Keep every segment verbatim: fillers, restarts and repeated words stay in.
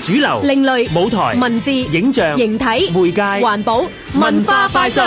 主流、 另類、 舞台、 文字、 影像、 形體、 媒介、 環保、文化快訊。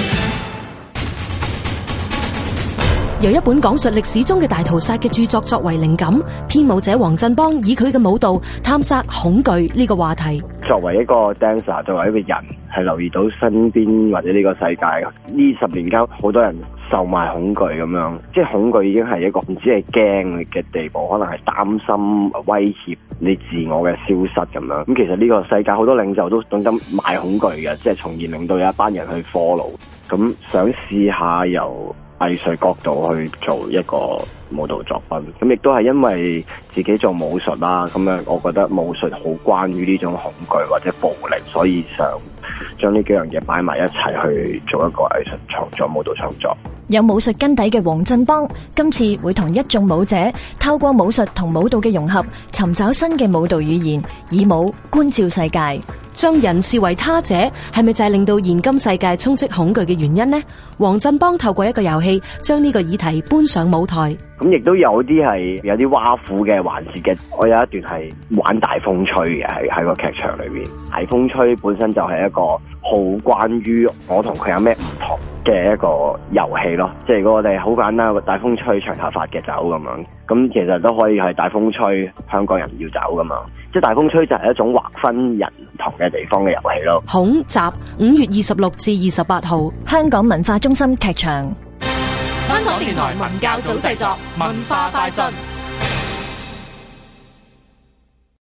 由一本講述歷史中嘅大屠殺嘅著作作為靈感，編舞者黃振邦以佢嘅舞蹈探索恐懼呢個話題。 作為一個 dancer， 作為一個人，係留意到身邊或者呢個世界呢十年間，好多人售賣恐懼咁樣，即係恐懼已經係一個唔止係驚嘅地步，可能係擔心威脅你自我嘅消失咁樣。咁其實呢個世界好多領袖都懂得賣恐懼嘅，即係從而令到有一班人去 follow。咁想試下由藝術角度去做一個舞蹈作品，咁亦都係因為自己做武術啦，咁樣我覺得武術好關於呢種恐懼或者暴力，所以想將呢幾樣嘢擺埋一齊去做一個藝術創作、舞蹈創作。 有武術根底嘅黃振邦，今次會同一眾舞者透過武術同舞蹈嘅融合，尋找新嘅舞蹈語言，以舞觀照世界。將人視為他者，係咪就係令到現今世界充斥恐懼嘅原因呢？黃振邦透過一個遊戲，將呢個議題搬上舞台。 咁亦都有啲係有啲挖苦嘅環節嘅。我有一段係玩大風吹嘅，喺喺個劇場裏邊。大風吹本身就係一個好關於我同佢有咩唔同嘅一個遊戲咯。即係如果我哋好簡單，大風吹長頭髮嘅走咁樣，咁其實都可以係大風吹香港人要走噶嘛。即係大風吹就係一種劃分人唔同嘅地方嘅遊戲咯。 恐集五月二十六至二十八號， 香港文化中心劇場。 香港電台文教組製作，文化快訊。